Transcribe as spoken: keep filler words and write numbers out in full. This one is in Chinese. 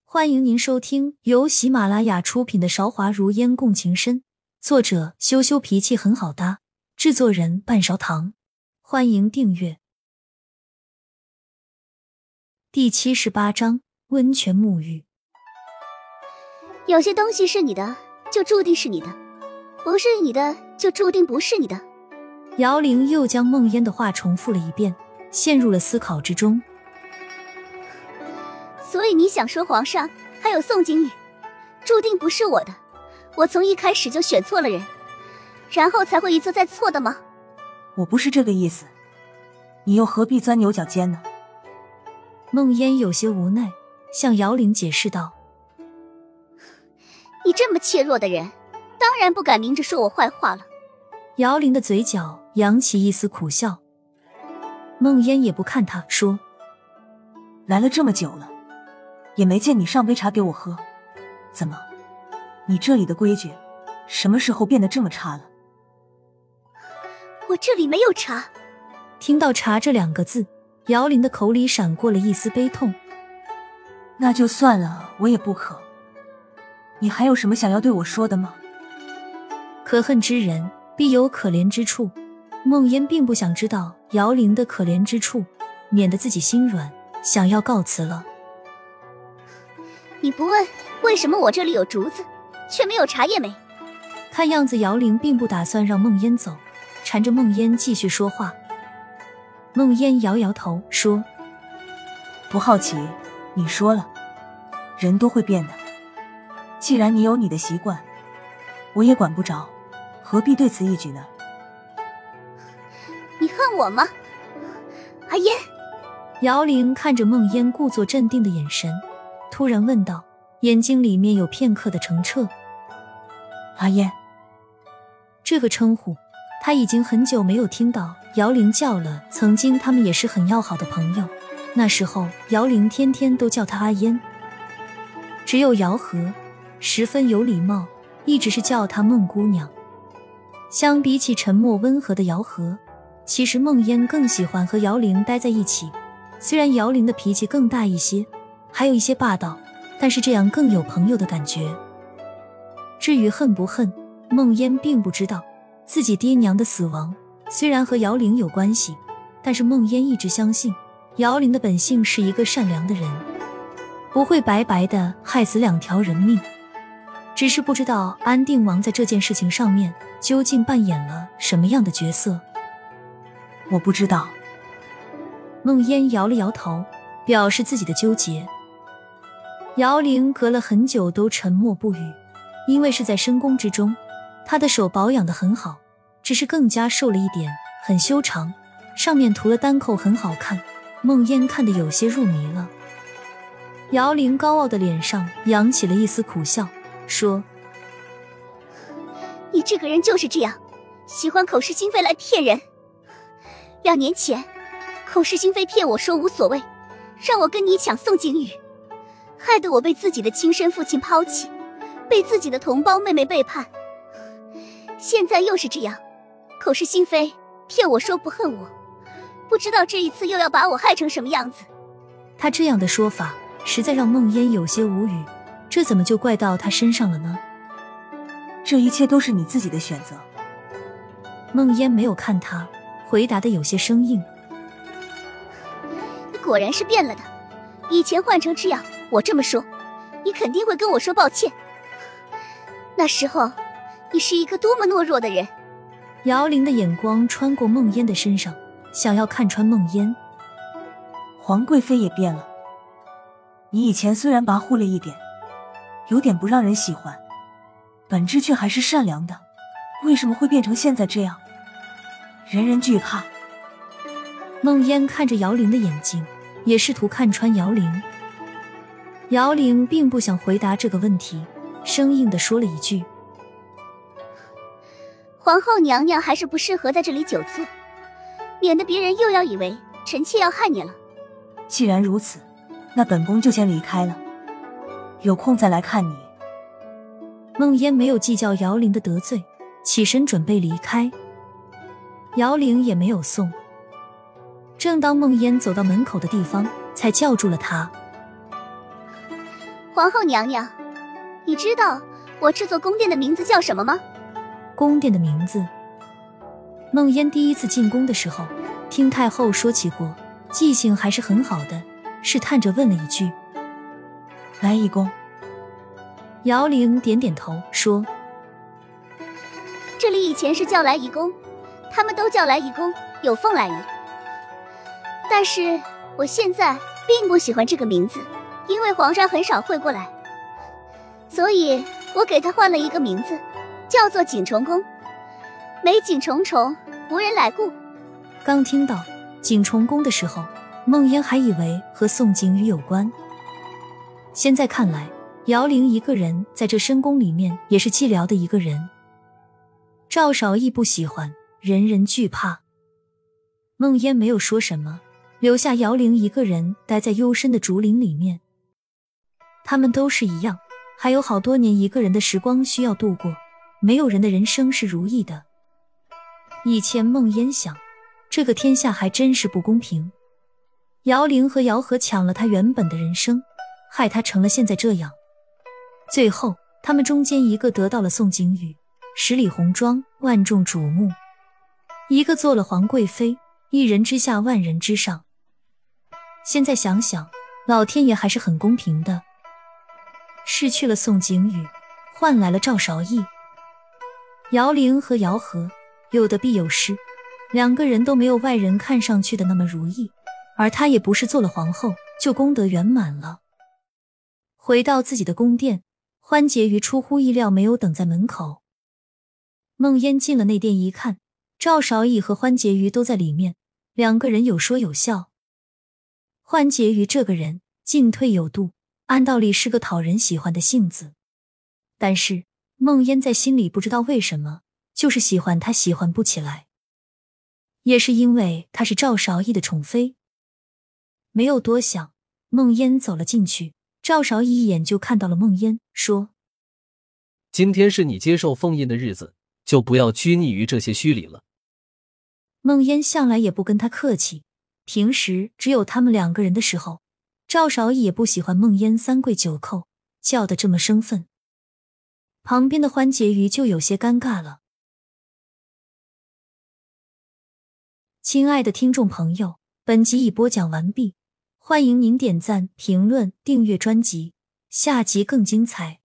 欢迎您收听由喜马拉雅出品的《韶华如烟共情深》，作者羞羞脾气很好搭，制作人半勺糖。欢迎订阅。第七十八章温泉沐浴。 有些东西是你的，就注定是你的；不是你的，就注定不是你的。 姚玲又将梦烟的话重复了一遍，陷入了思考之中。 所以你想说皇上还有宋景宇注定不是我的，我从一开始就选错了人，然后才会一错再错的吗？ 我不是这个意思，你又何必钻牛角尖呢？ 梦烟有些无奈，向姚玲解释道： 你这么怯弱的人，当然不敢明着说我坏话了。 姚玲的嘴角扬起一丝苦笑。梦烟也不看他，说： 来了这么久了，也没见你上杯茶给我喝，怎么，你这里的规矩什么时候变得这么差了？ 我这里没有茶。 听到茶这两个字，姚玲的口里闪过了一丝悲痛。 那就算了，我也不渴。你还有什么想要对我说的吗？ 可恨之人必有可怜之处，梦烟并不想知道姚玲的可怜之处，免得自己心软，想要告辞了。 你不问为什么我这里有竹子却没有茶叶没？ 看样子姚玲并不打算让梦烟走，缠着梦烟继续说话。梦烟摇摇头说： 不好奇，你说了，人都会变的，既然你有你的习惯，我也管不着，何必对此一举呢？ 你恨我吗？阿烟。 姚玲看着梦烟故作镇定的眼神，突然问道，眼睛里面有片刻的澄澈。 阿烟。 这个称呼他已经很久没有听到姚玲叫了，曾经他们也是很要好的朋友，那时候姚玲天天都叫他阿烟。只有姚和十分有礼貌，一直是叫她梦姑娘。相比起沉默温和的姚和，其实梦烟更喜欢和姚玲待在一起，虽然姚玲的脾气更大一些，还有一些霸道，但是这样更有朋友的感觉。至于恨不恨，梦烟并不知道。自己爹娘的死亡虽然和姚玲有关系，但是梦烟一直相信姚玲的本性是一个善良的人，不会白白的害死两条人命。只是不知道安定王在这件事情上面究竟扮演了什么样的角色。 我不知道。 梦烟摇了摇头，表示自己的纠结。姚玲隔了很久都沉默不语，因为是在深宫之中，她的手保养得很好，只是更加瘦了一点，很修长，上面涂了丹扣，很好看。梦烟看得有些入迷了。姚玲高傲的脸上扬起了一丝苦笑，说： 你这个人就是这样，喜欢口是心非来骗人。两年前口是心非骗我说无所谓，让我跟你抢宋景宇，害得我被自己的亲生父亲抛弃，被自己的同胞妹妹背叛。现在又是这样，口是心非骗我说不恨我，不知道这一次又要把我害成什么样子。 他这样的说法实在让梦烟有些无语，这怎么就怪到他身上了呢？ 这一切都是你自己的选择。 梦烟没有看他，回答的有些生硬。 你果然是变了的，以前换成这样，我这么说你肯定会跟我说抱歉。那时候你是一个多么懦弱的人。 姚玲的眼光穿过梦烟的身上，想要看穿梦烟。 皇贵妃也变了，你以前虽然跋扈了一点，有点不让人喜欢，本质却还是善良的，为什么会变成现在这样，人人惧怕？ 梦烟看着姚玲的眼睛，也试图看穿姚玲。姚玲并不想回答这个问题，生硬地说了一句： 皇后娘娘还是不适合在这里久坐，免得别人又要以为臣妾要害你了。 既然如此，那本宫就先离开了，有空再来看你。 梦烟没有计较姚玲的得罪，起身准备离开。姚玲也没有送。正当梦烟走到门口的地方，才叫住了他。 皇后娘娘，你知道我这座宫殿的名字叫什么吗？ 宫殿的名字？梦烟第一次进宫的时候，听太后说起过，记性还是很好的，试探着问了一句： 来仪宫。 姚玲点点头说： 这里以前是叫来仪宫，他们都叫来仪宫，有凤来仪。但是我现在并不喜欢这个名字，因为皇上很少会过来，所以我给他换了一个名字，叫做景重宫。美景重重，无人来顾。 刚听到景重宫的时候，梦烟还以为和宋景宇有关，现在看来，姚玲一个人在这深宫里面也是寂寥的一个人。赵少义不喜欢，人人惧怕。梦烟没有说什么，留下姚玲一个人待在幽深的竹林里面。他们都是一样，还有好多年一个人的时光需要度过，没有人的人生是如意的。以前梦烟想，这个天下还真是不公平。姚玲和姚和抢了他原本的人生，害他成了现在这样。最后他们中间一个得到了宋景宇，十里红妆，万众瞩目；一个做了皇贵妃，一人之下万人之上。现在想想，老天爷还是很公平的，失去了宋景宇，换来了赵韶义。姚玲和姚和有得必有失，两个人都没有外人看上去的那么如意，而她也不是做了皇后就功德圆满了。回到自己的宫殿，欢婕妤出乎意料没有等在门口。梦烟进了内殿一看，赵韶义和欢婕妤都在里面，两个人有说有笑。欢婕妤这个人进退有度，按道理是个讨人喜欢的性子，但是梦烟在心里不知道为什么就是喜欢她喜欢不起来，也是因为她是赵韶义的宠妃。没有多想，梦烟走了进去，赵韶义一眼就看到了梦烟，说： 今天是你接受封印的日子，就不要拘泥于这些虚礼了。 梦烟向来也不跟他客气，平时只有他们两个人的时候，赵韶义也不喜欢梦烟三跪九叩，叫得这么生分。旁边的欢婕妤就有些尴尬了。亲爱的听众朋友，本集已播讲完毕，欢迎您点赞、评论、订阅专辑，下集更精彩。